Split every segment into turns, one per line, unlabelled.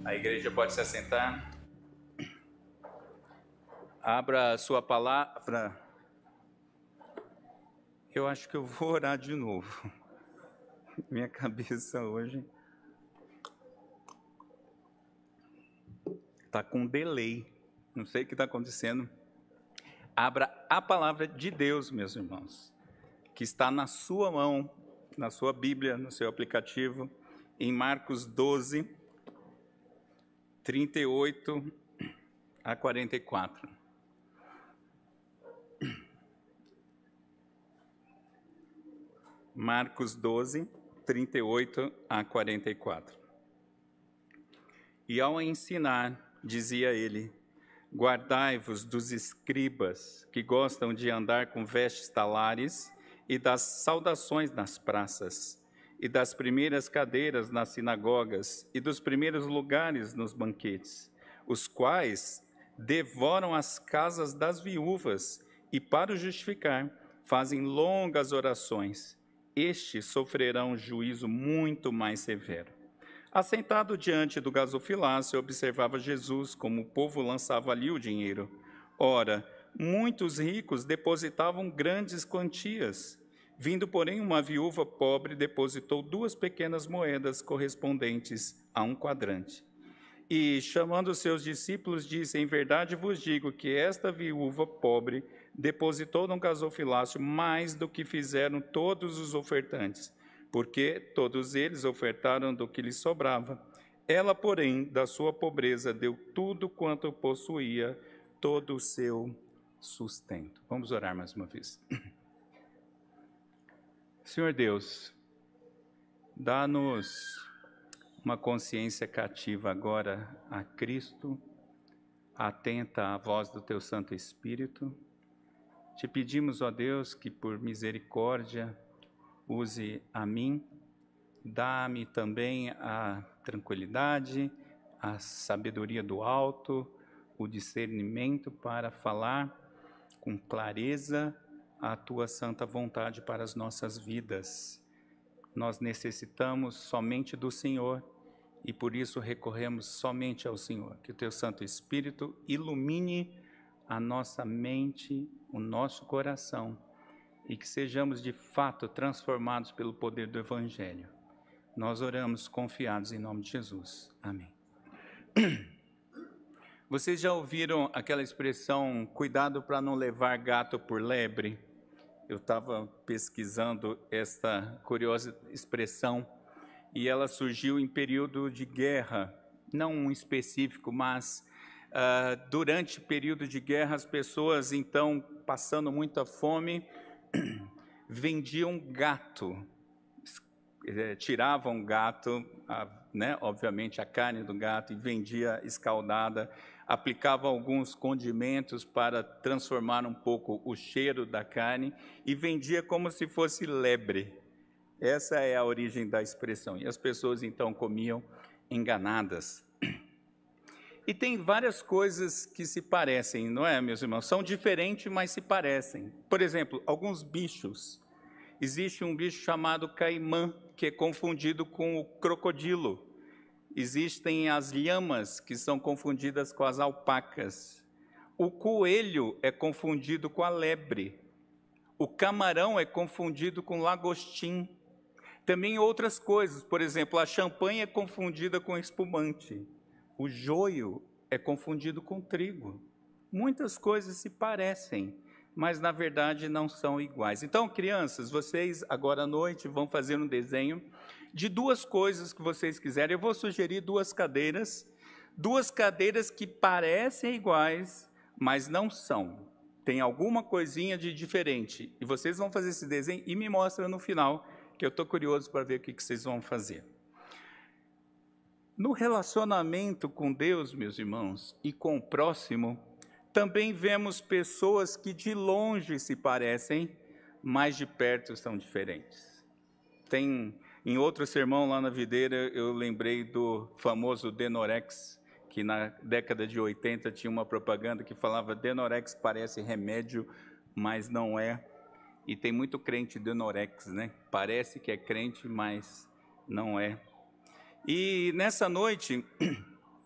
A igreja pode se assentar. Abra a sua palavra. Eu acho que eu vou orar de novo. Minha cabeça hoje está com delay. Não sei o que está acontecendo. Abra a palavra de Deus, meus irmãos, que está na sua mão, na sua Bíblia, no seu aplicativo, em Marcos 12, 38 a 44. Marcos 12, 38 a 44. E ao ensinar, dizia ele: guardai-vos dos escribas, que gostam de andar com vestes talares, e das saudações nas praças, e das primeiras cadeiras nas sinagogas, e dos primeiros lugares nos banquetes, os quais devoram as casas das viúvas, e para o justificar, fazem longas orações. Estes sofrerão juízo muito mais severo. Assentado diante do gasofilácio, observava Jesus como o povo lançava ali o dinheiro. Ora, muitos ricos depositavam grandes quantias. Vindo, porém, uma viúva pobre, depositou 2 pequenas moedas correspondentes a 1 quadrante. E, chamando seus discípulos, disse: em verdade vos digo que esta viúva pobre depositou no gasofilácio mais do que fizeram todos os ofertantes, porque todos eles ofertaram do que lhes sobrava. Ela, porém, da sua pobreza, deu tudo quanto possuía, todo o seu sustento. Vamos orar mais uma vez. Senhor Deus, dá-nos uma consciência cativa agora a Cristo, atenta à voz do Teu Santo Espírito. Te pedimos, ó Deus, que por misericórdia use a mim, dá-me também a tranquilidade, a sabedoria do alto, o discernimento para falar com clareza a Tua santa vontade para as nossas vidas. Nós necessitamos somente do Senhor e por isso recorremos somente ao Senhor. Que o Teu Santo Espírito ilumine a nossa mente, o nosso coração, e que sejamos de fato transformados pelo poder do Evangelho. Nós oramos confiados em nome de Jesus. Amém. Vocês já ouviram aquela expressão, cuidado para não levar gato por lebre? Eu estava pesquisando esta curiosa expressão e ela surgiu em período de guerra, não um específico, mas durante período de guerra as pessoas, então, passando muita fome, vendiam gato, tiravam gato, obviamente a carne do gato, e vendia escaldada, aplicava alguns condimentos para transformar um pouco o cheiro da carne e vendia como se fosse lebre. Essa é a origem da expressão. E as pessoas então comiam enganadas. E tem várias coisas que se parecem, não é, meus irmãos? São diferentes, mas se parecem. Por exemplo, alguns bichos. Existe um bicho chamado caimã, que é confundido com o crocodilo. Existem as lhamas, que são confundidas com as alpacas. O coelho é confundido com a lebre. O camarão é confundido com lagostim. Também outras coisas, por exemplo, a champanhe é confundida com espumante. O joio é confundido com trigo. Muitas coisas se parecem, mas na verdade não são iguais. Então, crianças, vocês agora à noite vão fazer um desenho de 2 coisas que vocês quiserem. Eu vou sugerir 2 cadeiras que parecem iguais, mas não são. Tem alguma coisinha de diferente. E vocês vão fazer esse desenho e me mostram no final, que eu estou curioso para ver o que vocês vão fazer. No relacionamento com Deus, meus irmãos, e com o próximo, também vemos pessoas que de longe se parecem, mas de perto são diferentes. Em outro sermão lá na videira, eu lembrei do famoso Denorex, que na década de 80 tinha uma propaganda que falava: Denorex parece remédio, mas não é. E tem muito crente Denorex, né? Parece que é crente, mas não é. E nessa noite,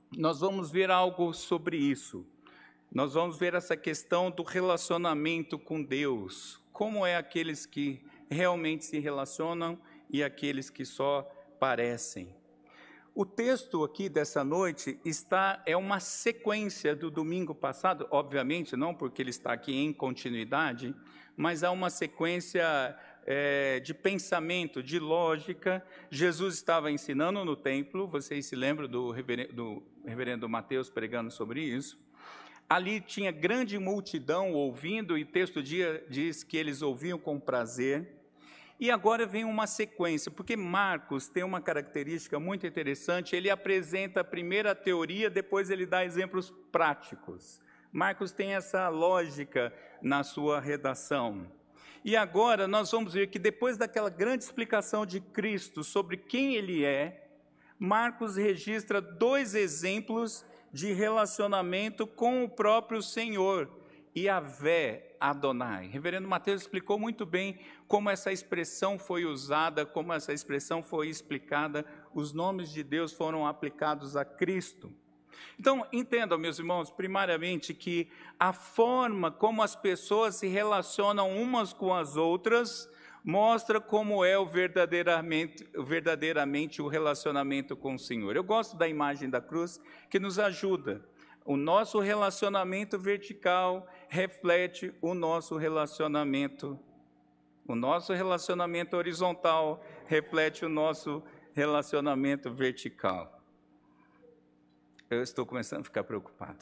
nós vamos ver algo sobre isso. Nós vamos ver essa questão do relacionamento com Deus. Como é aqueles que realmente se relacionam e aqueles que só parecem. O texto aqui dessa noite é uma sequência do domingo passado, obviamente não porque ele está aqui em continuidade, mas há uma sequência de pensamento, de lógica. Jesus estava ensinando no templo, vocês se lembram do reverendo Mateus pregando sobre isso. Ali tinha grande multidão ouvindo, e o texto diz que eles ouviam com prazer. E agora vem uma sequência, porque Marcos tem uma característica muito interessante, ele apresenta primeiro a teoria, depois ele dá exemplos práticos. Marcos tem essa lógica na sua redação. E agora nós vamos ver que depois daquela grande explicação de Cristo sobre quem ele é, Marcos registra 2 exemplos de relacionamento com o próprio Senhor, Yahvé Adonai. O reverendo Mateus explicou muito bem como essa expressão foi usada, como essa expressão foi explicada, os nomes de Deus foram aplicados a Cristo. Então, entendam, meus irmãos, primariamente que a forma como as pessoas se relacionam umas com as outras mostra como é verdadeiramente o relacionamento com o Senhor. Eu gosto da imagem da cruz, que nos ajuda. O nosso relacionamento vertical reflete o nosso relacionamento. O nosso relacionamento horizontal reflete o nosso relacionamento vertical. Eu estou começando a ficar preocupado.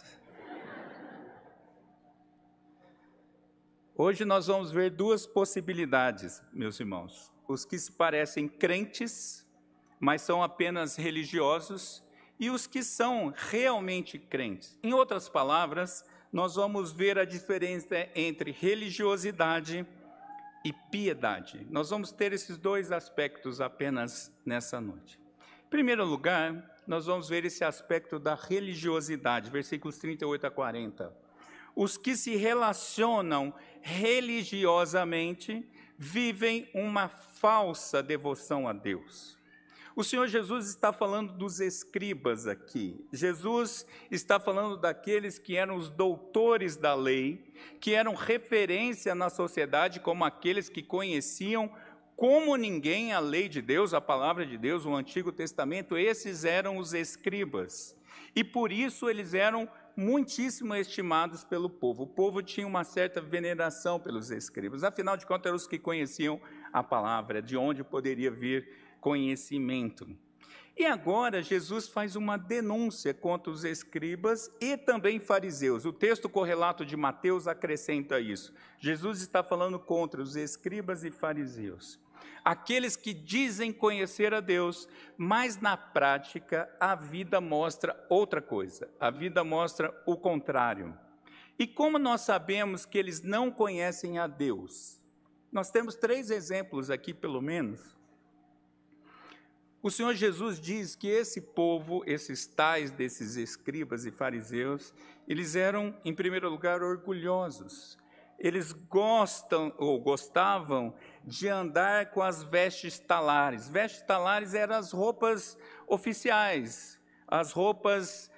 Hoje nós vamos ver 2 possibilidades, meus irmãos. Os que se parecem crentes, mas são apenas religiosos, e os que são realmente crentes. Em outras palavras, nós vamos ver a diferença entre religiosidade e piedade. Nós vamos ter esses 2 aspectos apenas nessa noite. Em primeiro lugar, nós vamos ver esse aspecto da religiosidade, versículos 38 a 40. Os que se relacionam religiosamente vivem uma falsa devoção a Deus. O Senhor Jesus está falando dos escribas aqui. Jesus está falando daqueles que eram os doutores da lei, que eram referência na sociedade como aqueles que conheciam como ninguém a lei de Deus, a palavra de Deus, o Antigo Testamento. Esses eram os escribas. E por isso eles eram muitíssimo estimados pelo povo. O povo tinha uma certa veneração pelos escribas. Afinal de contas, eram os que conheciam a palavra, de onde poderia vir conhecimento. E agora Jesus faz uma denúncia contra os escribas e também fariseus. O texto correlato de Mateus acrescenta isso. Jesus está falando contra os escribas e fariseus. Aqueles que dizem conhecer a Deus, mas na prática a vida mostra outra coisa. A vida mostra o contrário. E como nós sabemos que eles não conhecem a Deus? Nós temos 3 exemplos aqui, pelo menos. O Senhor Jesus diz que esse povo, esses tais desses escribas e fariseus, eles eram, em primeiro lugar, orgulhosos. Eles gostavam de andar com as vestes talares. Vestes talares eram as roupas oficiais, as roupas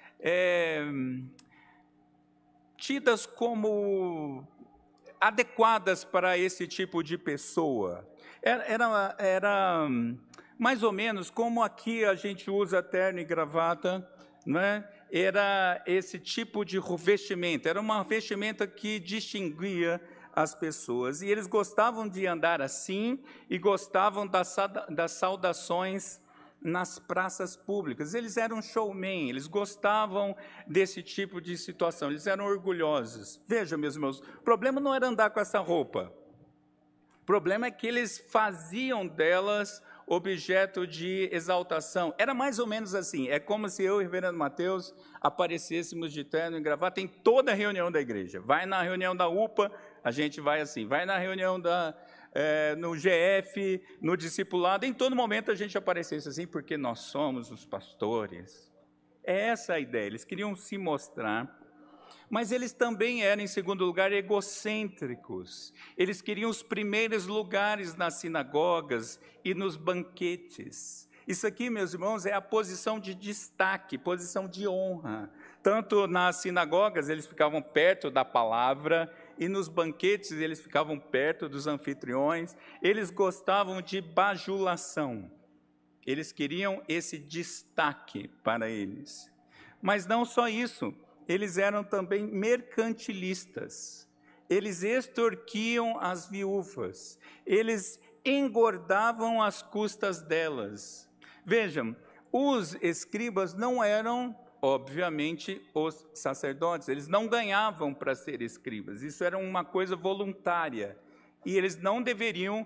tidas como adequadas para esse tipo de pessoa. Era mais ou menos como aqui a gente usa terno e gravata, né? Era esse tipo de vestimenta, era uma vestimenta que distinguia as pessoas. E eles gostavam de andar assim e gostavam das saudações nas praças públicas. Eles eram showmen, eles gostavam desse tipo de situação, eles eram orgulhosos. Veja, meus irmãos, o problema não era andar com essa roupa. O problema é que eles faziam delas objeto de exaltação. Era mais ou menos assim, é como se eu e o reverendo Mateus aparecêssemos de terno e gravata em toda a reunião da igreja. Vai na reunião da UPA, a gente vai assim, vai na reunião no GF, no discipulado, em todo momento a gente aparecesse assim, porque nós somos os pastores. É essa a ideia, eles queriam se mostrar. Mas eles também eram, em segundo lugar, egocêntricos. Eles queriam os primeiros lugares nas sinagogas e nos banquetes. Isso aqui, meus irmãos, é a posição de destaque, posição de honra. Tanto nas sinagogas, eles ficavam perto da palavra, e nos banquetes, eles ficavam perto dos anfitriões. Eles gostavam de bajulação. Eles queriam esse destaque para eles. Mas não só isso, eles eram também mercantilistas. Eles extorquiam as viúvas. Eles engordavam às custas delas. Vejam, os escribas não eram, obviamente, os sacerdotes. Eles não ganhavam para ser escribas. Isso era uma coisa voluntária. E eles não deveriam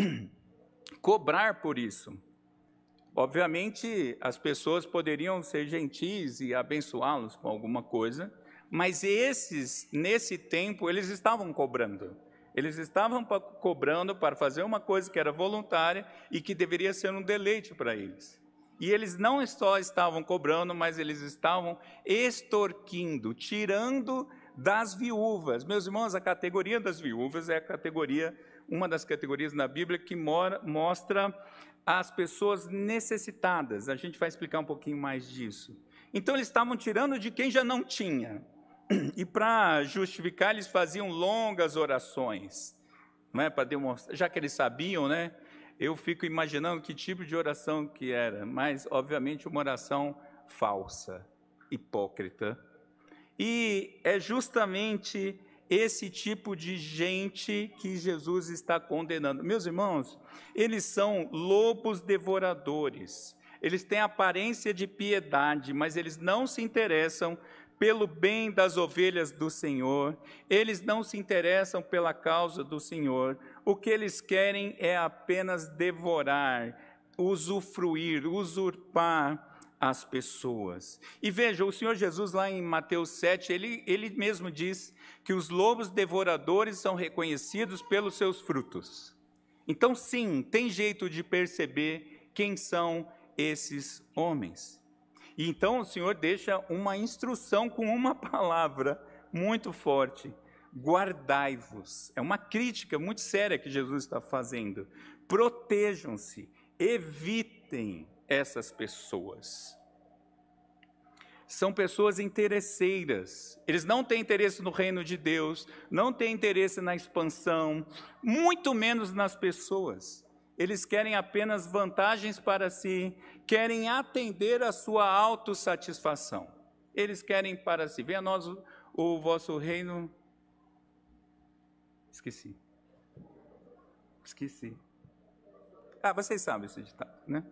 cobrar por isso. Obviamente, as pessoas poderiam ser gentis e abençoá-los com alguma coisa, mas esses, nesse tempo, eles estavam cobrando. Eles estavam cobrando para fazer uma coisa que era voluntária e que deveria ser um deleite para eles. E eles não só estavam cobrando, mas eles estavam extorquindo, tirando das viúvas. Meus irmãos, a categoria das viúvas é uma das categorias na Bíblia que mostra as pessoas necessitadas. A gente vai explicar um pouquinho mais disso. Então, eles estavam tirando de quem já não tinha. E para justificar, eles faziam longas orações, né, para demonstrar, já que eles sabiam, né? Eu fico imaginando que tipo de oração que era, mas, obviamente, uma oração falsa, hipócrita. E é justamente esse tipo de gente que Jesus está condenando. Meus irmãos, eles são lobos devoradores. Eles têm aparência de piedade, mas eles não se interessam pelo bem das ovelhas do Senhor, eles não se interessam pela causa do Senhor, o que eles querem é apenas devorar, usufruir, usurpar as pessoas. E veja, o Senhor Jesus lá em Mateus 7, ele mesmo diz que os lobos devoradores são reconhecidos pelos seus frutos. Então sim, tem jeito de perceber quem são esses homens. E então o Senhor deixa uma instrução com uma palavra muito forte: guardai-vos. É uma crítica muito séria que Jesus está fazendo. Protejam-se, evitem essas pessoas. São pessoas interesseiras. Eles não têm interesse no reino de Deus, não têm interesse na expansão, muito menos nas pessoas. Eles querem apenas vantagens para si, querem atender a sua autossatisfação. Eles querem para si. Venha a nós o vosso reino. Esqueci. Vocês sabem esse ditado, né?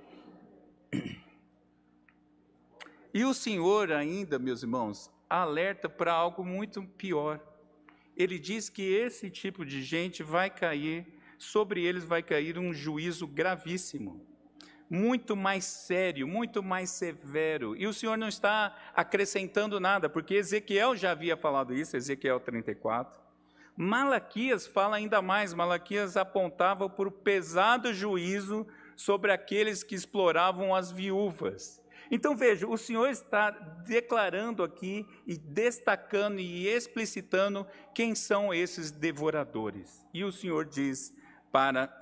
E o Senhor ainda, meus irmãos, alerta para algo muito pior. Ele diz que esse tipo de gente vai cair, sobre eles vai cair um juízo gravíssimo, muito mais sério, muito mais severo. E o Senhor não está acrescentando nada, porque Ezequiel já havia falado isso, Ezequiel 34. Malaquias fala ainda mais, Malaquias apontava por pesado juízo sobre aqueles que exploravam as viúvas. Então veja, o Senhor está declarando aqui e destacando e explicitando quem são esses devoradores. E o Senhor diz para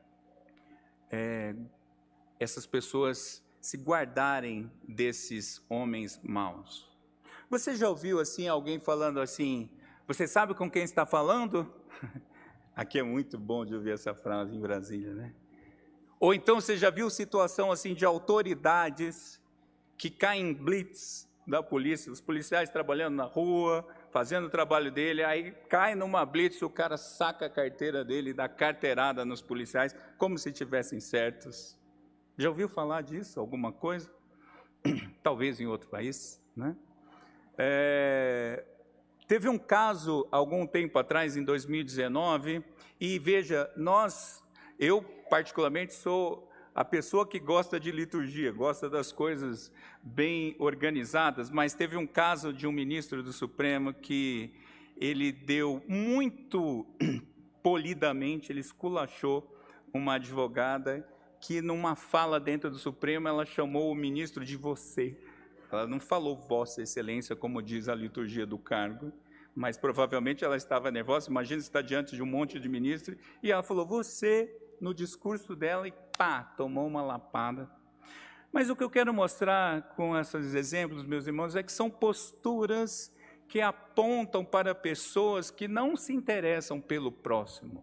essas pessoas se guardarem desses homens maus. Você já ouviu assim alguém falando assim: você sabe com quem está falando? Aqui é muito bom de ouvir essa frase em Brasília, né? Ou então você já viu situação assim de autoridades que caem em blitz da polícia, os policiais trabalhando na rua, fazendo o trabalho dele, aí cai numa blitz, o cara saca a carteira dele, dá carteirada nos policiais, como se tivessem certos. Já ouviu falar disso, alguma coisa? Talvez em outro país, né? Teve um caso, algum tempo atrás, em 2019, e veja, eu particularmente sou a pessoa que gosta de liturgia, gosta das coisas bem organizadas, mas teve um caso de um ministro do Supremo que ele deu muito polidamente, ele esculachou uma advogada que numa fala dentro do Supremo, ela chamou o ministro de você. Ela não falou Vossa Excelência, como diz a liturgia do cargo, mas provavelmente ela estava nervosa. Imagina, você está diante de um monte de ministros, e ela falou você, no discurso dela, e pá, tomou uma lapada. Mas o que eu quero mostrar com esses exemplos, meus irmãos, é que são posturas que apontam para pessoas que não se interessam pelo próximo,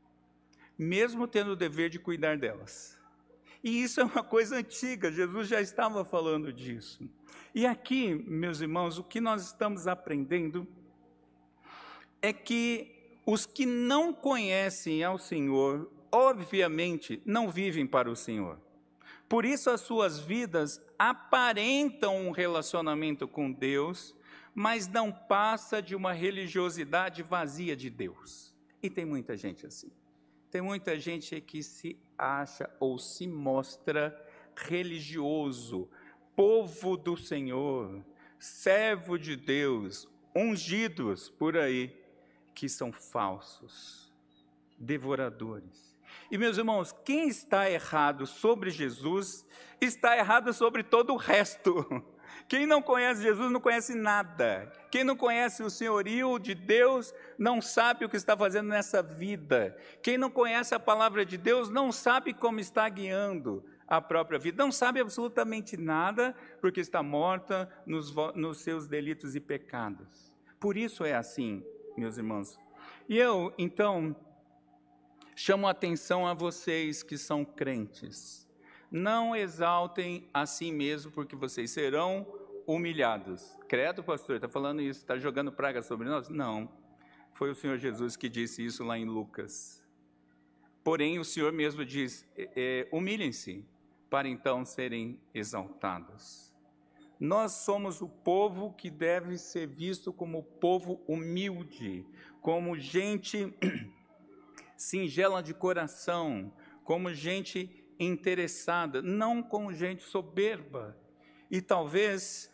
mesmo tendo o dever de cuidar delas. E isso é uma coisa antiga, Jesus já estava falando disso. E aqui, meus irmãos, o que nós estamos aprendendo é que os que não conhecem ao Senhor, obviamente, não vivem para o Senhor. Por isso as suas vidas aparentam um relacionamento com Deus, mas não passa de uma religiosidade vazia de Deus. E tem muita gente assim. Tem muita gente que se acha ou se mostra religioso, povo do Senhor, servo de Deus, ungidos por aí, que são falsos, devoradores. E, meus irmãos, quem está errado sobre Jesus, está errado sobre todo o resto. Quem não conhece Jesus não conhece nada. Quem não conhece o senhorio de Deus não sabe o que está fazendo nessa vida. Quem não conhece a palavra de Deus não sabe como está guiando a própria vida. Não sabe absolutamente nada, porque está morta nos seus delitos e pecados. Por isso é assim, meus irmãos. E eu, então, chamo a atenção a vocês que são crentes. Não exaltem a si mesmo, porque vocês serão humilhados. Credo, pastor, está falando isso, está jogando praga sobre nós? Não, foi o Senhor Jesus que disse isso lá em Lucas. Porém, o Senhor mesmo diz, humilhem-se, para então serem exaltados. Nós somos o povo que deve ser visto como povo humilde, como gente singela de coração, como gente interessada, não como gente soberba. E talvez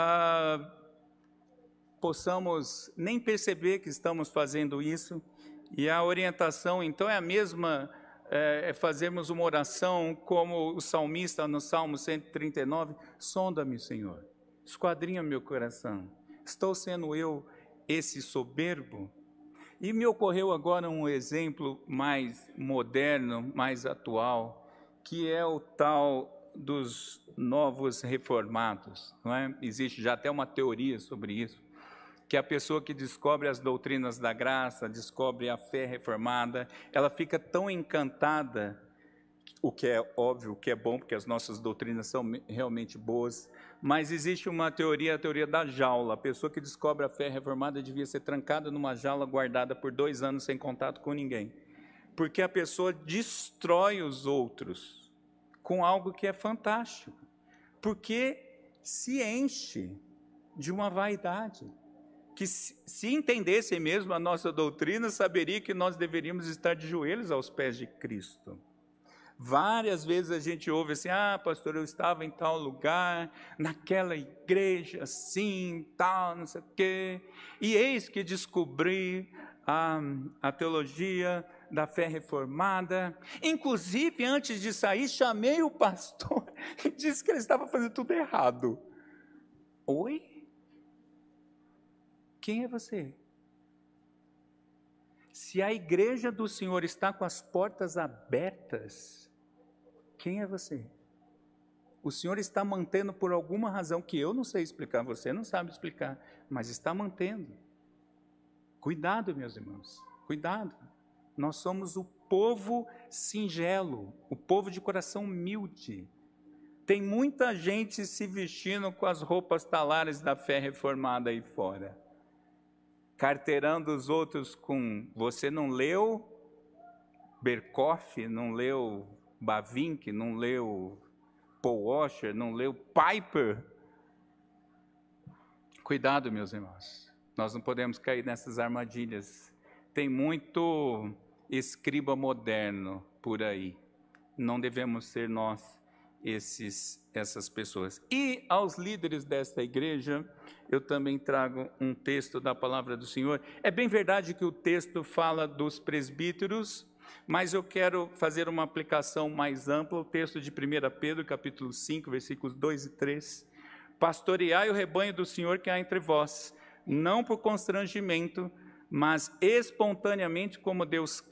possamos nem perceber que estamos fazendo isso, e a orientação então é a mesma, fazermos uma oração como o salmista no Salmo 139, sonda-me, Senhor, esquadrinha meu coração, estou sendo eu esse soberbo? E me ocorreu agora um exemplo mais moderno, mais atual, que é o tal dos novos reformados, não é? Existe já até uma teoria sobre isso, que a pessoa que descobre as doutrinas da graça, descobre a fé reformada, ela fica tão encantada, o que é óbvio, o que é bom, porque as nossas doutrinas são realmente boas, mas existe uma teoria, a teoria da jaula. A pessoa que descobre a fé reformada devia ser trancada numa jaula, guardada por 2 anos sem contato com ninguém, porque a pessoa destrói os outros com algo que é fantástico, porque se enche de uma vaidade, que se entendessem mesmo a nossa doutrina, saberia que nós deveríamos estar de joelhos aos pés de Cristo. Várias vezes a gente ouve assim, pastor, eu estava em tal lugar, naquela igreja, assim, tal, não sei o quê, e eis que descobri a teologia da fé reformada. Inclusive, antes de sair, chamei o pastor e disse que ele estava fazendo tudo errado. Oi? Quem é você? Se a igreja do Senhor está com as portas abertas, quem é você? O Senhor está mantendo por alguma razão que eu não sei explicar, você não sabe explicar, mas está mantendo. Cuidado, meus irmãos, cuidado. Nós somos o povo singelo, o povo de coração humilde. Tem muita gente se vestindo com as roupas talares da fé reformada aí fora, carteirando os outros com, você não leu Berkoff, não leu Bavinck, não leu Paul Washer, não leu Piper. Cuidado, meus irmãos, nós não podemos cair nessas armadilhas. Tem muito escriba moderno por aí, não devemos ser nós essas pessoas. E aos líderes desta igreja, eu também trago um texto da palavra do Senhor. É bem verdade que o texto fala dos presbíteros, mas eu quero fazer uma aplicação mais ampla, o texto de 1 Pedro, capítulo 5, versículos 2 e 3. Pastoreai o rebanho do Senhor que há entre vós, não por constrangimento, mas espontaneamente como Deus quer,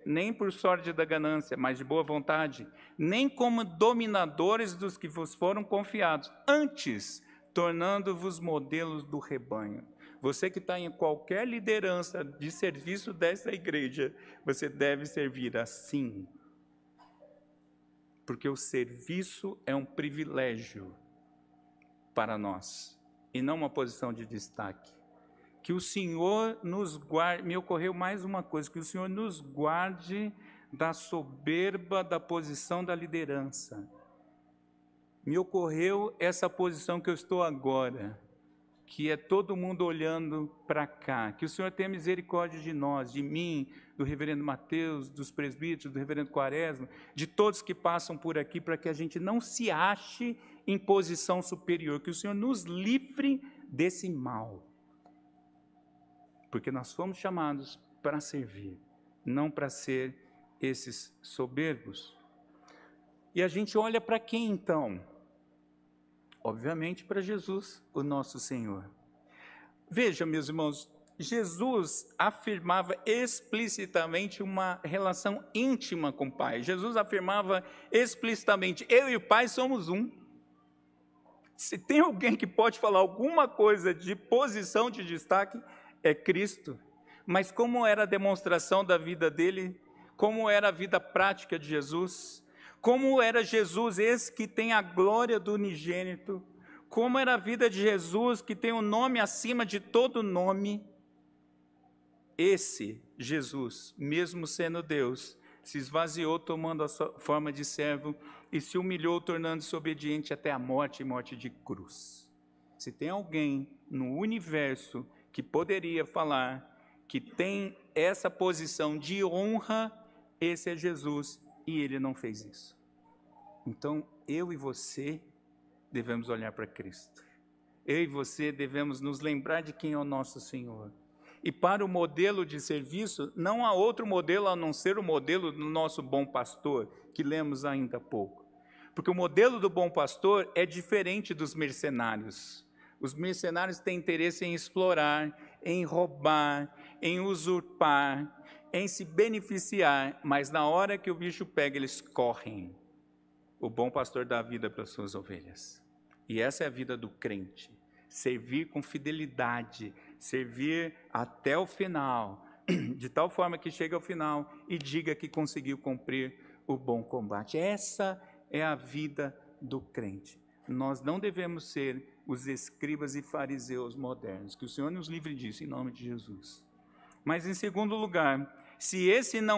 nem por sorte da ganância, mas de boa vontade, nem como dominadores dos que vos foram confiados, antes, tornando-vos modelos do rebanho. Você que está em qualquer liderança de serviço dessa igreja, você deve servir assim. Porque o serviço é um privilégio para nós, e não uma posição de destaque. Que o Senhor nos guarde, me ocorreu mais uma coisa, que o Senhor nos guarde da soberba da posição da liderança. Me ocorreu essa posição que eu estou agora, que é todo mundo olhando para cá. Que o Senhor tenha misericórdia de nós, de mim, do reverendo Mateus, dos presbíteros, do reverendo Quaresma, de todos que passam por aqui, para que a gente não se ache em posição superior, que o Senhor nos livre desse mal. Porque nós fomos chamados para servir, não para ser esses soberbos. E a gente olha para quem então? Obviamente para Jesus, o nosso Senhor. Veja, meus irmãos, Jesus afirmava explicitamente uma relação íntima com o Pai. Jesus afirmava explicitamente, eu e o Pai somos um. Se tem alguém que pode falar alguma coisa de posição de destaque, é Cristo. Mas como era a demonstração da vida dele? Como era a vida prática de Jesus? Como era Jesus, esse que tem a glória do unigênito? Como era a vida de Jesus, que tem o nome acima de todo nome? Esse Jesus, mesmo sendo Deus, se esvaziou tomando a sua forma de servo e se humilhou, tornando-se obediente até a morte e morte de cruz. Se tem alguém no universo que poderia falar que tem essa posição de honra, esse é Jesus, e ele não fez isso. Então, eu e você devemos olhar para Cristo. Eu e você devemos nos lembrar de quem é o nosso Senhor. E para o modelo de serviço, não há outro modelo a não ser o modelo do nosso bom pastor, que lemos ainda há pouco. Porque o modelo do bom pastor é diferente dos mercenários. Os mercenários têm interesse em explorar, em roubar, em usurpar, em se beneficiar, mas na hora que o bicho pega, eles correm. O bom pastor dá a vida para as suas ovelhas. E essa é a vida do crente. Servir com fidelidade, servir até o final, de tal forma que chegue ao final e diga que conseguiu cumprir o bom combate. Essa é a vida do crente. Nós não devemos ser os escribas e fariseus modernos, que o Senhor nos livre disso, em nome de Jesus. Mas, em segundo lugar, se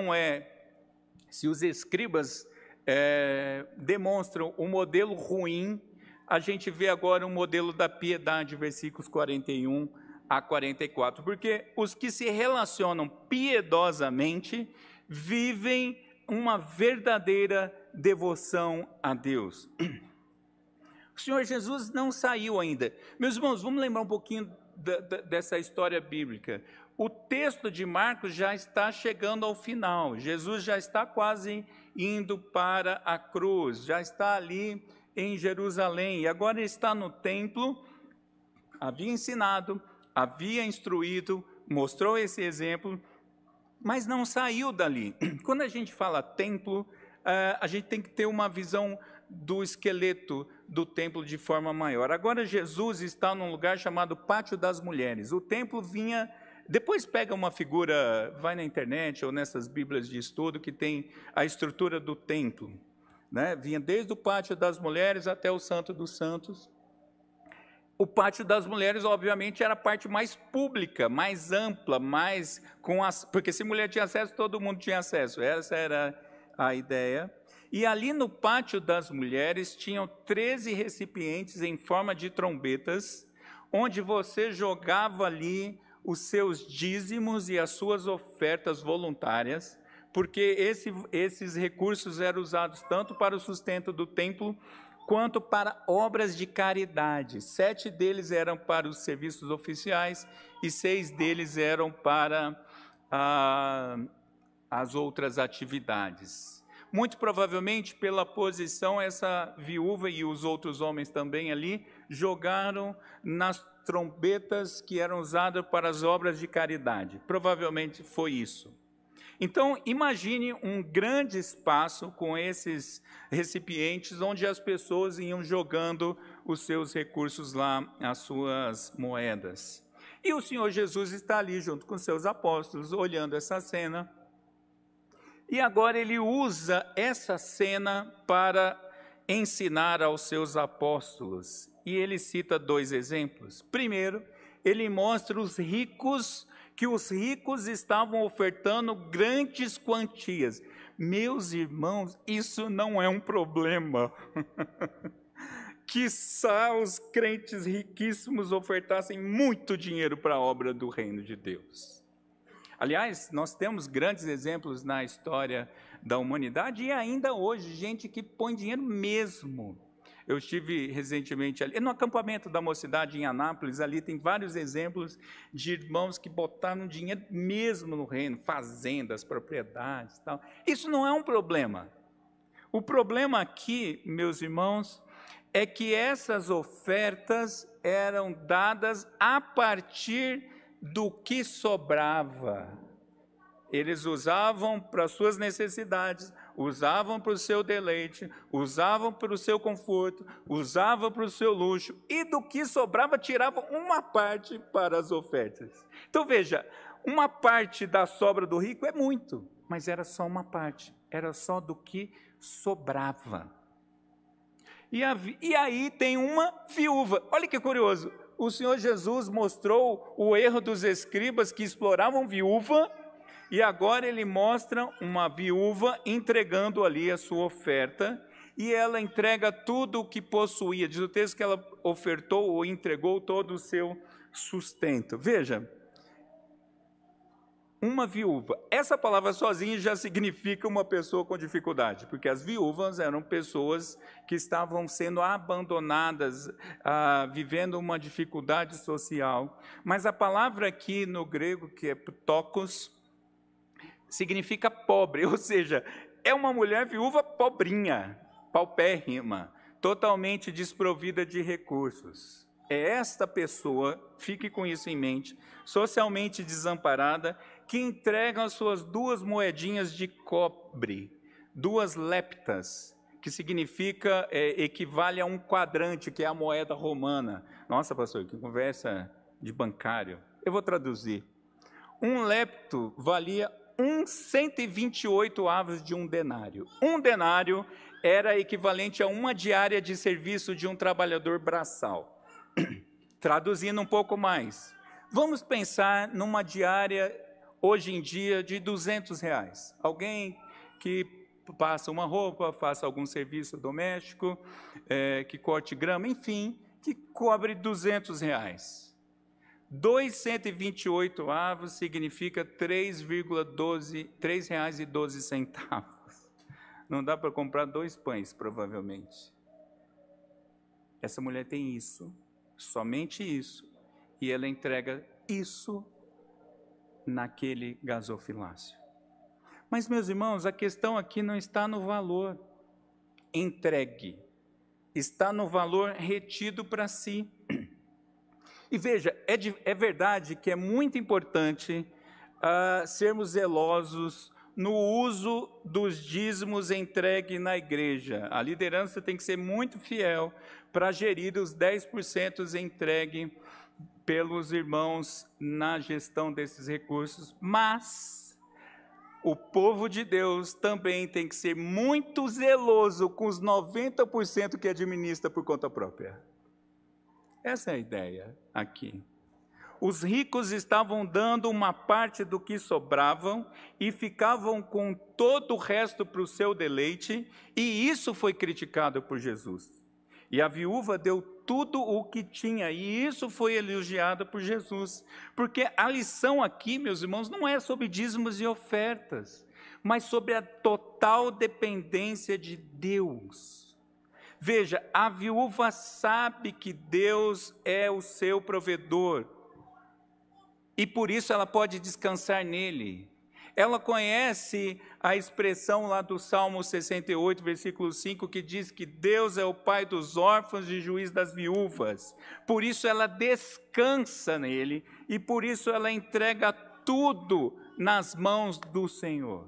os escribas demonstram um modelo ruim, a gente vê agora um modelo da piedade, versículos 41 a 44, porque os que se relacionam piedosamente vivem uma verdadeira devoção a Deus. O Senhor Jesus não saiu ainda. Meus irmãos, vamos lembrar um pouquinho dessa história bíblica. O texto de Marcos já está chegando ao final. Jesus já está quase indo para a cruz, já está ali em Jerusalém, e agora ele está no templo, havia ensinado, havia instruído, mostrou esse exemplo, mas não saiu dali. Quando a gente fala templo, a gente tem que ter uma visão do esqueleto do templo de forma maior. Agora Jesus está num lugar chamado Pátio das Mulheres. O templo vinha... Depois pega uma figura, vai na internet ou nessas bíblias de estudo que tem a estrutura do templo, né? Vinha desde o Pátio das Mulheres até o Santo dos Santos. O Pátio das Mulheres, obviamente, era a parte mais pública, mais ampla, porque se mulher tinha acesso, todo mundo tinha acesso. Essa era a ideia. E ali no Pátio das Mulheres tinham 13 recipientes em forma de trombetas, onde você jogava ali os seus dízimos e as suas ofertas voluntárias, porque esses recursos eram usados tanto para o sustento do templo, quanto para obras de caridade. 7 deles eram para os serviços oficiais e 6 deles eram para as outras atividades. Muito provavelmente, pela posição, essa viúva e os outros homens também ali jogaram nas trombetas que eram usadas para as obras de caridade. Provavelmente foi isso. Então, imagine um grande espaço com esses recipientes, onde as pessoas iam jogando os seus recursos lá, as suas moedas. E o Senhor Jesus está ali junto com seus apóstolos, olhando essa cena. E agora ele usa essa cena para ensinar aos seus apóstolos. E ele cita 2 exemplos. Primeiro, ele mostra os ricos, que os ricos estavam ofertando grandes quantias. Meus irmãos, isso não é um problema. Quiçá os crentes riquíssimos ofertassem muito dinheiro para a obra do reino de Deus. Aliás, nós temos grandes exemplos na história da humanidade e ainda hoje, gente que põe dinheiro mesmo. Eu estive recentemente ali, no acampamento da Mocidade em Anápolis, ali tem vários exemplos de irmãos que botaram dinheiro mesmo no reino, fazendas, propriedades e tal. Isso não é um problema. O problema aqui, meus irmãos, é que essas ofertas eram dadas a partir do que sobrava. Eles usavam para suas necessidades, usavam para o seu deleite, usavam para o seu conforto, usavam para o seu luxo, e do que sobrava tiravam uma parte para as ofertas. Então veja, uma parte da sobra do rico é muito, mas era só uma parte, era só do que sobrava. E aí tem uma viúva, olha que curioso, o Senhor Jesus mostrou o erro dos escribas que exploravam viúva, e agora ele mostra uma viúva entregando ali a sua oferta, e ela entrega tudo o que possuía. Diz o texto que ela ofertou ou entregou todo o seu sustento. Veja, uma viúva. Essa palavra sozinha já significa uma pessoa com dificuldade, porque as viúvas eram pessoas que estavam sendo abandonadas, vivendo uma dificuldade social. Mas a palavra aqui no grego, que é ptokos, significa pobre, ou seja, é uma mulher viúva pobrinha, paupérrima, totalmente desprovida de recursos. É esta pessoa, fique com isso em mente, socialmente desamparada, que entrega as suas 2 moedinhas de cobre, 2 leptas, que significa, equivale a um quadrante, que é a moeda romana. Nossa, pastor, que conversa de bancário. Eu vou traduzir. Um lepto valia 128 avos de um denário. Um denário era equivalente a uma diária de serviço de um trabalhador braçal. Traduzindo um pouco mais, vamos pensar numa diária, hoje em dia, de R$200. Alguém que passa uma roupa, faça algum serviço doméstico, que corte grama, enfim, que cobre R$200. 228 avos significa R$3,12. Não dá para comprar 2 pães, provavelmente. Essa mulher tem isso, somente isso, e ela entrega isso naquele gasofilácio. Mas, meus irmãos, a questão aqui não está no valor entregue, está no valor retido para si. E veja, é verdade que é muito importante sermos zelosos no uso dos dízimos entregue na igreja. A liderança tem que ser muito fiel para gerir os 10% entregue pelos irmãos na gestão desses recursos, mas o povo de Deus também tem que ser muito zeloso com os 90% que administra por conta própria. Essa é a ideia aqui. Os ricos estavam dando uma parte do que sobravam e ficavam com todo o resto para o seu deleite, e isso foi criticado por Jesus. E a viúva deu tudo o que tinha, e isso foi elogiado por Jesus. Porque a lição aqui, meus irmãos, não é sobre dízimos e ofertas, mas sobre a total dependência de Deus. Veja, a viúva sabe que Deus é o seu provedor, e por isso ela pode descansar nele. Ela conhece a expressão lá do Salmo 68, versículo 5, que diz que Deus é o pai dos órfãos e juiz das viúvas. Por isso ela descansa nele, e por isso ela entrega tudo nas mãos do Senhor.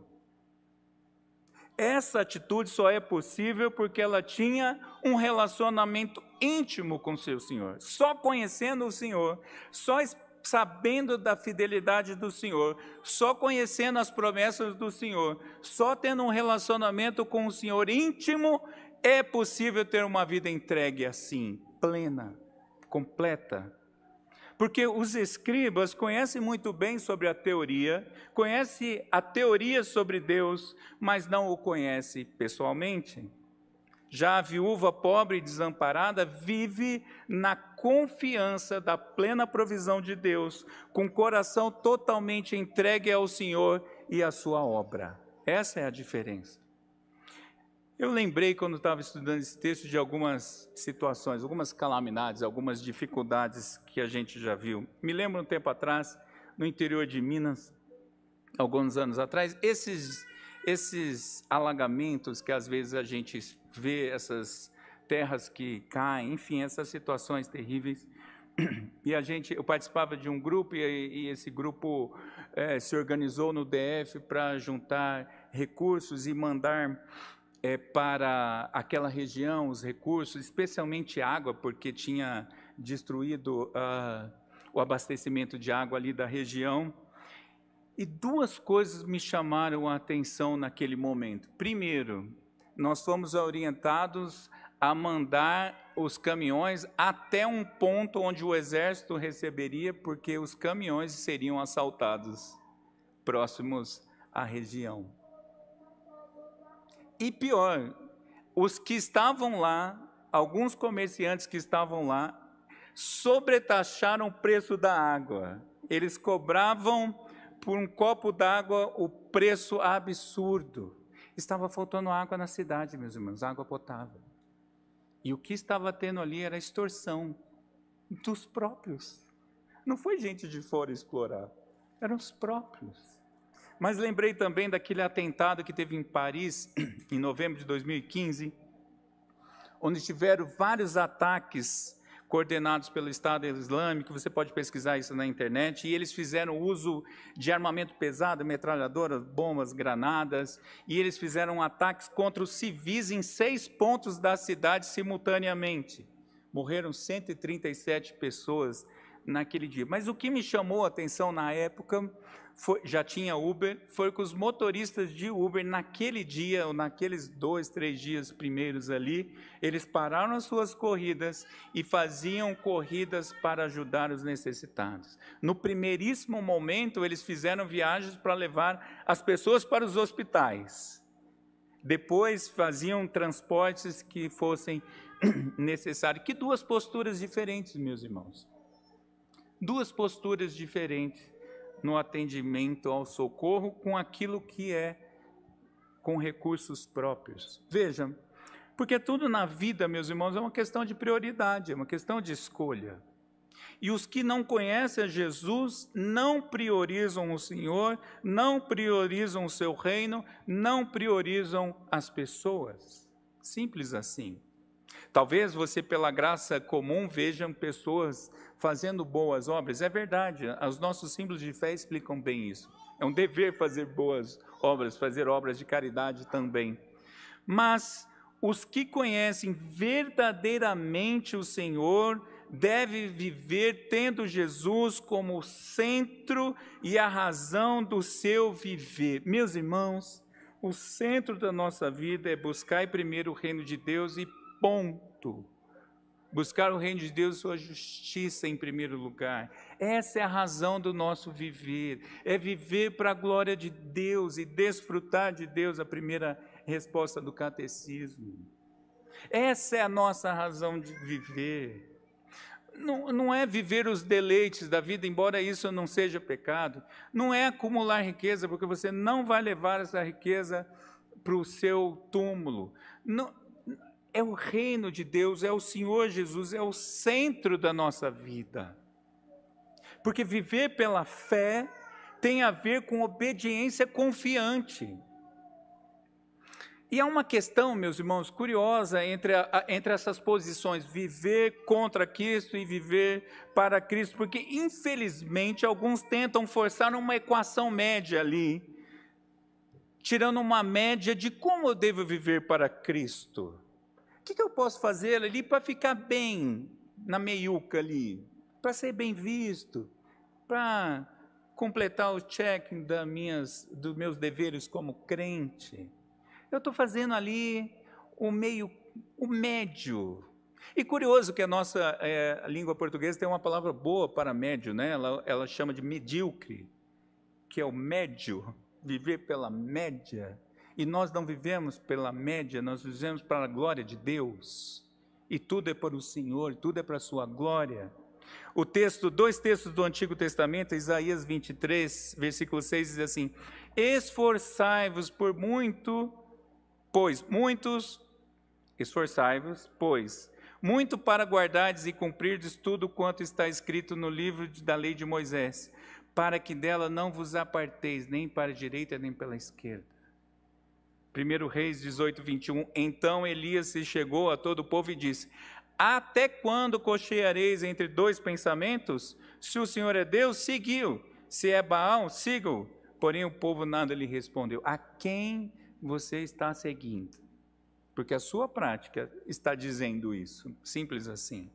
Essa atitude só é possível porque ela tinha um relacionamento íntimo com seu Senhor. Só conhecendo o Senhor, só sabendo da fidelidade do Senhor, só conhecendo as promessas do Senhor, só tendo um relacionamento com o Senhor íntimo, é possível ter uma vida entregue assim, plena, completa. Porque os escribas conhecem muito bem sobre a teoria, conhecem a teoria sobre Deus, mas não o conhecem pessoalmente. Já a viúva pobre e desamparada vive na confiança da plena provisão de Deus, com o coração totalmente entregue ao Senhor e à sua obra. Essa é a diferença. Eu lembrei, quando estava estudando esse texto, de algumas situações, algumas calamidades, algumas dificuldades que a gente já viu. Me lembro um tempo atrás, no interior de Minas, alguns anos atrás, esses alagamentos que às vezes a gente vê, essas terras que caem, enfim, essas situações terríveis. E eu participava de um grupo e esse grupo se organizou no DF para juntar recursos e mandar para aquela região os recursos, especialmente água, porque tinha destruído o abastecimento de água ali da região. E duas coisas me chamaram a atenção naquele momento. Primeiro, nós fomos orientados a mandar os caminhões até um ponto onde o exército receberia, porque os caminhões seriam assaltados próximos à região. E pior, os que estavam lá, alguns comerciantes que estavam lá, sobretaxaram o preço da água. Eles cobravam por um copo d'água o preço absurdo. Estava faltando água na cidade, meus irmãos, água potável. E o que estava tendo ali era extorsão dos próprios. Não foi gente de fora explorar, eram os próprios. Mas lembrei também daquele atentado que teve em Paris, em novembro de 2015, onde tiveram vários ataques coordenados pelo Estado Islâmico. Você pode pesquisar isso na internet, e eles fizeram uso de armamento pesado, metralhadoras, bombas, granadas, e eles fizeram ataques contra os civis em 6 pontos da cidade simultaneamente. Morreram 137 pessoas naquele dia. Mas o que me chamou a atenção na época, já tinha Uber, foi que os motoristas de Uber, naquele dia, ou naqueles 2, 3 dias primeiros ali, eles pararam as suas corridas e faziam corridas para ajudar os necessitados. No primeiríssimo momento, eles fizeram viagens para levar as pessoas para os hospitais. Depois faziam transportes que fossem necessários. Que duas posturas diferentes, meus irmãos. Duas posturas diferentes no atendimento ao socorro com aquilo que é com recursos próprios. Vejam, porque tudo na vida, meus irmãos, é uma questão de prioridade, é uma questão de escolha. E os que não conhecem a Jesus não priorizam o Senhor, não priorizam o seu reino, não priorizam as pessoas. Simples assim. Talvez você, pela graça comum, vejam pessoas fazendo boas obras. É verdade, os nossos símbolos de fé explicam bem isso. É um dever fazer boas obras, fazer obras de caridade também. Mas os que conhecem verdadeiramente o Senhor devem viver tendo Jesus como o centro e a razão do seu viver. Meus irmãos, o centro da nossa vida é buscar primeiro o reino de Deus e ponto. Buscar o reino de Deus e sua justiça em primeiro lugar. Essa é a razão do nosso viver. É viver para a glória de Deus e desfrutar de Deus, a primeira resposta do catecismo. Essa é a nossa razão de viver. Não é viver os deleites da vida, embora isso não seja pecado. Não é acumular riqueza, porque você não vai levar essa riqueza para o seu túmulo. Não. É o reino de Deus, é o Senhor Jesus, é o centro da nossa vida. Porque viver pela fé tem a ver com obediência confiante. E há uma questão, meus irmãos, curiosa entre essas posições, viver contra Cristo e viver para Cristo, porque infelizmente alguns tentam forçar uma equação média ali, tirando uma média de como eu devo viver para Cristo. O que eu posso fazer ali para ficar bem na meiuca ali, para ser bem visto, para completar o check dos meus deveres como crente? Eu estou fazendo ali o médio. E curioso que a nossa língua portuguesa tem uma palavra boa para médio, né? Ela chama de medíocre, que é o médio, viver pela média. E nós não vivemos pela média, nós vivemos para a glória de Deus. E tudo é para o Senhor, tudo é para a sua glória. Dois textos do Antigo Testamento, Isaías 23, versículo 6, diz assim: esforçai-vos, muito para guardardes e cumprirdes tudo quanto está escrito no livro da lei de Moisés, para que dela não vos aparteis, nem para a direita, nem pela esquerda. 1 Reis 18, 21, então Elias se chegou a todo o povo e disse: até quando cocheareis entre dois pensamentos? Se o Senhor é Deus, seguiu; se é Baal, siga-o. Porém o povo nada lhe respondeu. A quem você está seguindo? Porque a sua prática está dizendo isso, simples assim.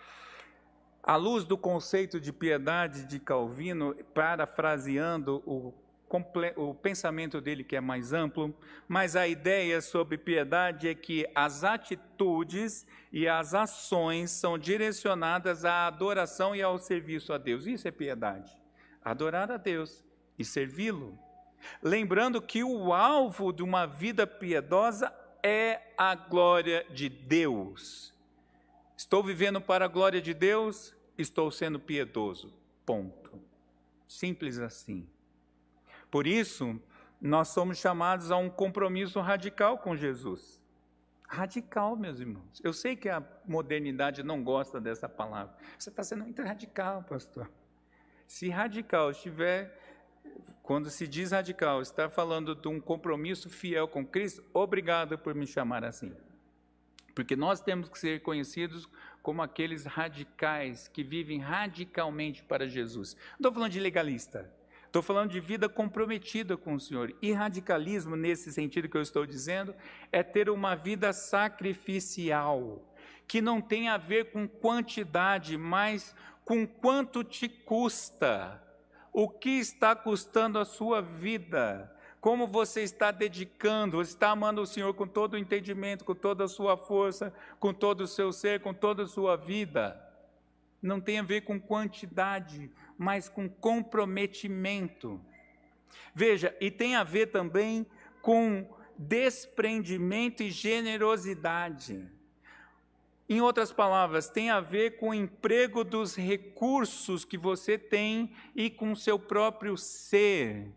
À luz do conceito de piedade de Calvino, parafraseando o pensamento dele, que é mais amplo, mas a ideia sobre piedade é que as atitudes e as ações são direcionadas à adoração e ao serviço a Deus. Isso é piedade, adorar a Deus e servi-lo. Lembrando que o alvo de uma vida piedosa é a glória de Deus. Estou vivendo para a glória de Deus, estou sendo piedoso. Ponto. Simples assim. Por isso, nós somos chamados a um compromisso radical com Jesus. Radical, meus irmãos. Eu sei que a modernidade não gosta dessa palavra. Você está sendo muito radical, pastor. Se radical estiver, quando se diz radical, está falando de um compromisso fiel com Cristo, obrigado por me chamar assim. Porque nós temos que ser conhecidos como aqueles radicais que vivem radicalmente para Jesus. Não estou falando de legalista. Estou falando de vida comprometida com o Senhor. E radicalismo, nesse sentido que eu estou dizendo, é ter uma vida sacrificial, que não tem a ver com quantidade, mas com quanto te custa, o que está custando a sua vida, como você está dedicando, você está amando o Senhor com todo o entendimento, com toda a sua força, com todo o seu ser, com toda a sua vida. Não tem a ver com quantidade, mas com comprometimento. Veja, e tem a ver também com desprendimento e generosidade. Em outras palavras, tem a ver com o emprego dos recursos que você tem e com o seu próprio ser.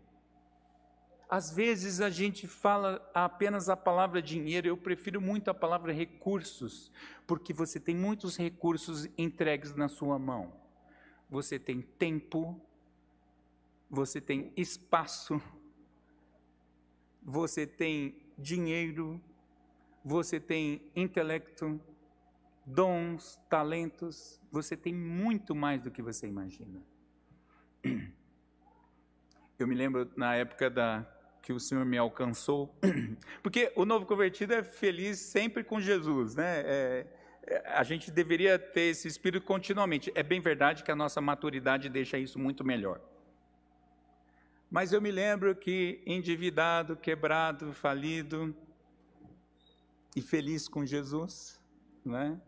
Às vezes a gente fala apenas a palavra dinheiro, eu prefiro muito a palavra recursos, porque você tem muitos recursos entregues na sua mão. Você tem tempo, você tem espaço, você tem dinheiro, você tem intelecto, dons, talentos, você tem muito mais do que você imagina. Eu me lembro na época que o Senhor me alcançou, porque o novo convertido é feliz sempre com Jesus, né? A gente deveria ter esse espírito continuamente. É bem verdade que a nossa maturidade deixa isso muito melhor. Mas eu me lembro que endividado, quebrado, falido e feliz com Jesus, né?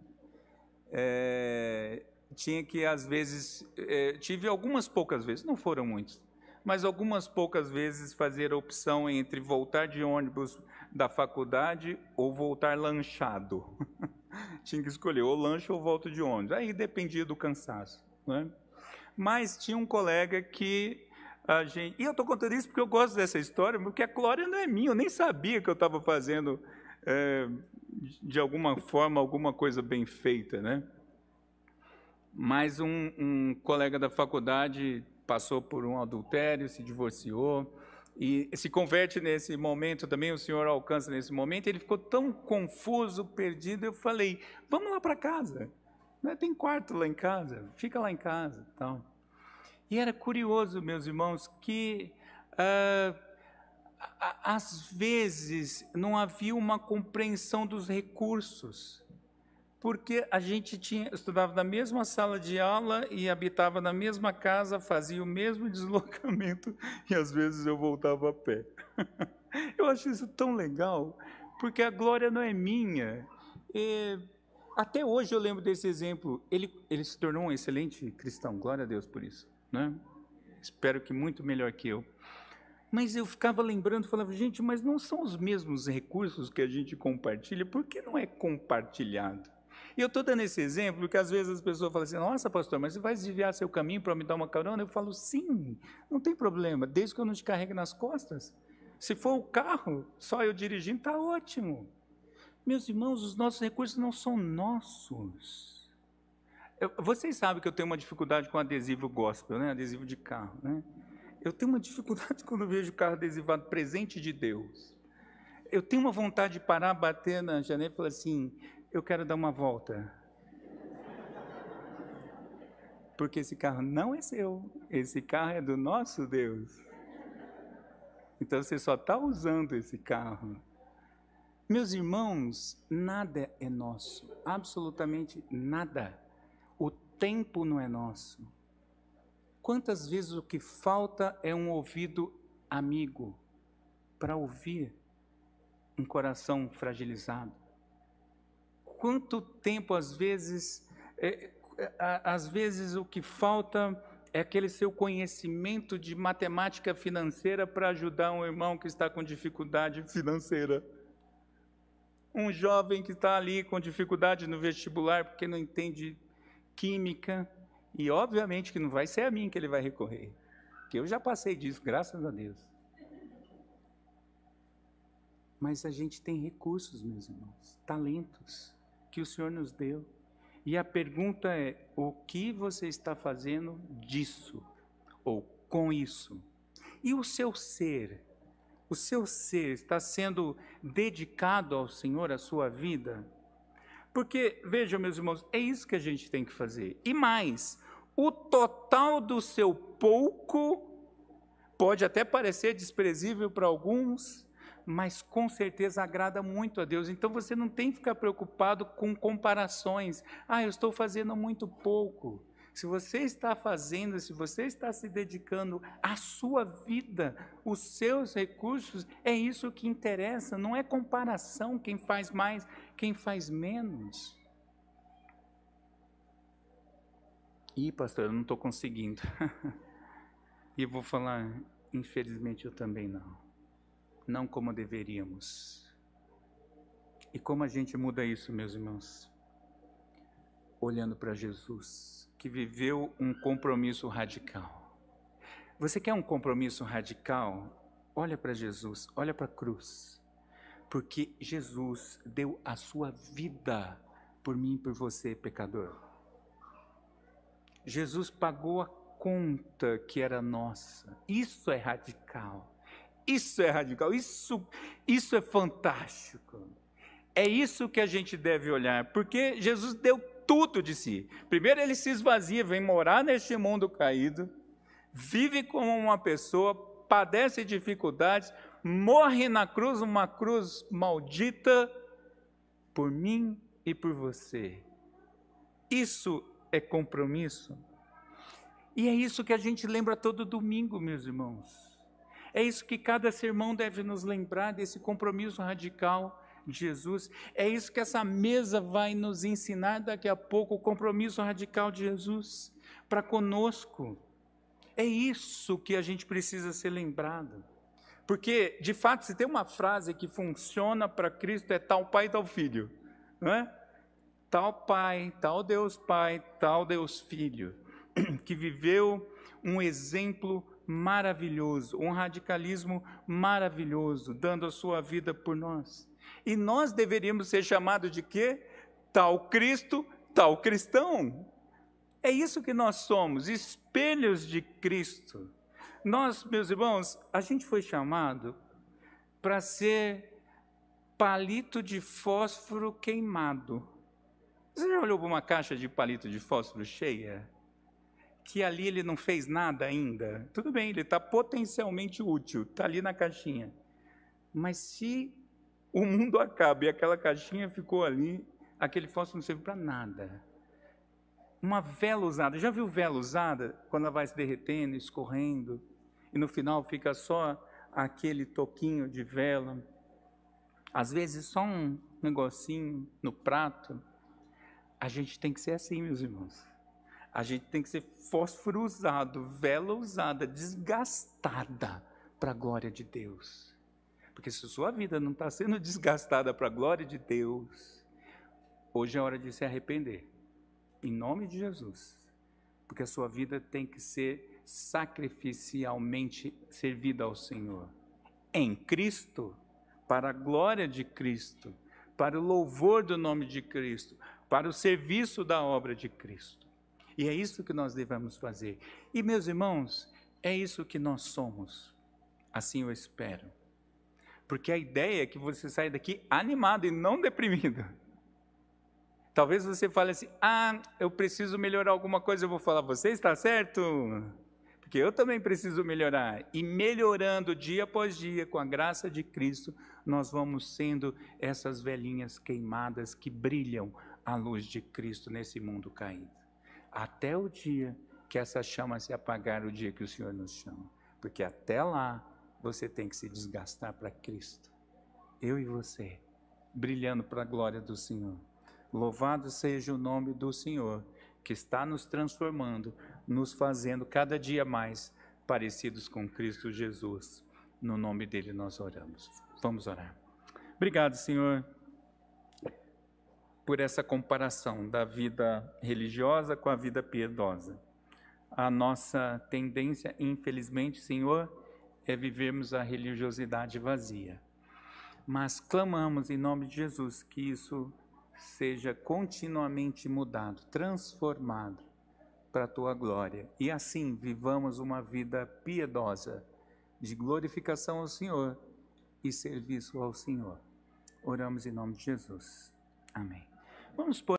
Tinha que às vezes, tive algumas poucas vezes, não foram muitas, mas algumas poucas vezes fazer a opção entre voltar de ônibus da faculdade ou voltar lanchado. Tinha que escolher, ou lanche ou volto de ônibus. Aí dependia do cansaço, né? Mas tinha um colega que a gente... E eu estou contando isso porque eu gosto dessa história, porque a glória não é minha, eu nem sabia que eu estava fazendo, de alguma forma, alguma coisa bem feita, né? Mas um colega da faculdade passou por um adultério, se divorciou, e se converte nesse momento também, o Senhor alcança nesse momento, ele ficou tão confuso, perdido, eu falei, vamos lá para casa, né? Tem quarto lá em casa, fica lá em casa. Então. E era curioso, meus irmãos, que às vezes não havia uma compreensão dos recursos, porque a gente estudava na mesma sala de aula e habitava na mesma casa, fazia o mesmo deslocamento e às vezes eu voltava a pé. Eu acho isso tão legal, porque a glória não é minha. Até hoje eu lembro desse exemplo. Ele se tornou um excelente cristão, glória a Deus por isso, né? Espero que muito melhor que eu. Mas eu ficava lembrando, falava, gente, mas não são os mesmos recursos que a gente compartilha, por que não é compartilhado? E eu estou dando esse exemplo, porque às vezes as pessoas falam assim, nossa, pastor, mas você vai desviar seu caminho para me dar uma carona? Eu falo, sim, não tem problema, desde que eu não te carregue nas costas. Se for o carro, só eu dirigindo, está ótimo. Meus irmãos, os nossos recursos não são nossos. Vocês sabem que eu tenho uma dificuldade com adesivo gospel, né? Adesivo de carro, né? Eu tenho uma dificuldade quando vejo o carro adesivado, presente de Deus. Eu tenho uma vontade de parar, bater na janela e falar assim, eu quero dar uma volta. Porque esse carro não é seu, esse carro é do nosso Deus. Então você só está usando esse carro. Meus irmãos, nada é nosso, absolutamente nada. O tempo não é nosso. Quantas vezes o que falta é um ouvido amigo para ouvir um coração fragilizado? Quanto tempo, às vezes o que falta é aquele seu conhecimento de matemática financeira para ajudar um irmão que está com dificuldade financeira. Um jovem que está ali com dificuldade no vestibular porque não entende química, e obviamente que não vai ser a mim que ele vai recorrer, porque eu já passei disso, graças a Deus. Mas a gente tem recursos, meus irmãos, talentos que o Senhor nos deu. E a pergunta é, o que você está fazendo disso, ou com isso? E o seu ser está sendo dedicado ao Senhor, a sua vida? Porque, vejam, meus irmãos, é isso que a gente tem que fazer. E mais, o total do seu pouco pode até parecer desprezível para alguns, mas com certeza agrada muito a Deus. Então você não tem que ficar preocupado com comparações. Eu estou fazendo muito pouco. Se você está fazendo, se você está se dedicando à sua vida, os seus recursos, é isso que interessa, não é comparação, quem faz mais, quem faz menos. Pastor, eu não estou conseguindo. E eu vou falar, infelizmente eu também não como deveríamos. E como a gente muda isso, meus irmãos? Olhando para Jesus, que viveu um compromisso radical. Você quer um compromisso radical? Olha para Jesus, olha para a cruz. Porque Jesus deu a sua vida por mim e por você, pecador. Jesus pagou a conta que era nossa. Isso é radical. Isso é radical. Isso é fantástico. É isso que a gente deve olhar, porque Jesus deu tudo de si. Primeiro ele se esvazia, vem morar neste mundo caído, vive como uma pessoa, padece dificuldades, morre na cruz, uma cruz maldita, por mim e por você. Isso é compromisso. E é isso que a gente lembra todo domingo, meus irmãos. É isso que cada sermão deve nos lembrar, desse compromisso radical de Jesus. É isso que essa mesa vai nos ensinar daqui a pouco, o compromisso radical de Jesus para conosco. É isso que a gente precisa ser lembrado. Porque, de fato, se tem uma frase que funciona para Cristo, é tal pai, tal filho. Não é? Tal pai, tal Deus Pai, tal Deus Filho, que viveu um exemplo maravilhoso, um radicalismo maravilhoso, dando a sua vida por nós. E nós deveríamos ser chamados de quê? Tal Cristo, tal cristão. É isso que nós somos, espelhos de Cristo. Nós, meus irmãos, a gente foi chamado para ser palito de fósforo queimado. Você já olhou para uma caixa de palito de fósforo cheia? Que ali ele não fez nada ainda? Tudo bem, ele está potencialmente útil, está ali na caixinha. Mas se o mundo acaba e aquela caixinha ficou ali, aquele fósforo não serve para nada. Uma vela usada, já viu vela usada? Quando ela vai se derretendo, escorrendo, e no final fica só aquele toquinho de vela. Às vezes só um negocinho no prato. A gente tem que ser assim, meus irmãos. A gente tem que ser fósforo usado, vela usada, desgastada para a glória de Deus. Porque se a sua vida não está sendo desgastada para a glória de Deus, hoje é hora de se arrepender. Em nome de Jesus. Porque a sua vida tem que ser sacrificialmente servida ao Senhor. Em Cristo, para a glória de Cristo, para o louvor do nome de Cristo, para o serviço da obra de Cristo. E é isso que nós devemos fazer. E, meus irmãos, é isso que nós somos. Assim eu espero. Porque a ideia é que você saia daqui animado e não deprimido. Talvez você fale assim, eu preciso melhorar alguma coisa. Eu vou falar, você está certo? Porque eu também preciso melhorar. E melhorando dia após dia, com a graça de Cristo, nós vamos sendo essas velhinhas queimadas que brilham à luz de Cristo nesse mundo caído. Até o dia que essa chama se apagar, o dia que o Senhor nos chama. Porque até lá, você tem que se desgastar para Cristo. Eu e você, brilhando para a glória do Senhor. Louvado seja o nome do Senhor, que está nos transformando, nos fazendo cada dia mais parecidos com Cristo Jesus. No nome dele nós oramos. Vamos orar. Obrigado, Senhor, por essa comparação da vida religiosa com a vida piedosa. A nossa tendência, infelizmente, Senhor, é vivermos a religiosidade vazia. Mas clamamos em nome de Jesus que isso seja continuamente mudado, transformado para a Tua glória. E assim vivamos uma vida piedosa, de glorificação ao Senhor e serviço ao Senhor. Oramos em nome de Jesus. Amém. Vamos pôr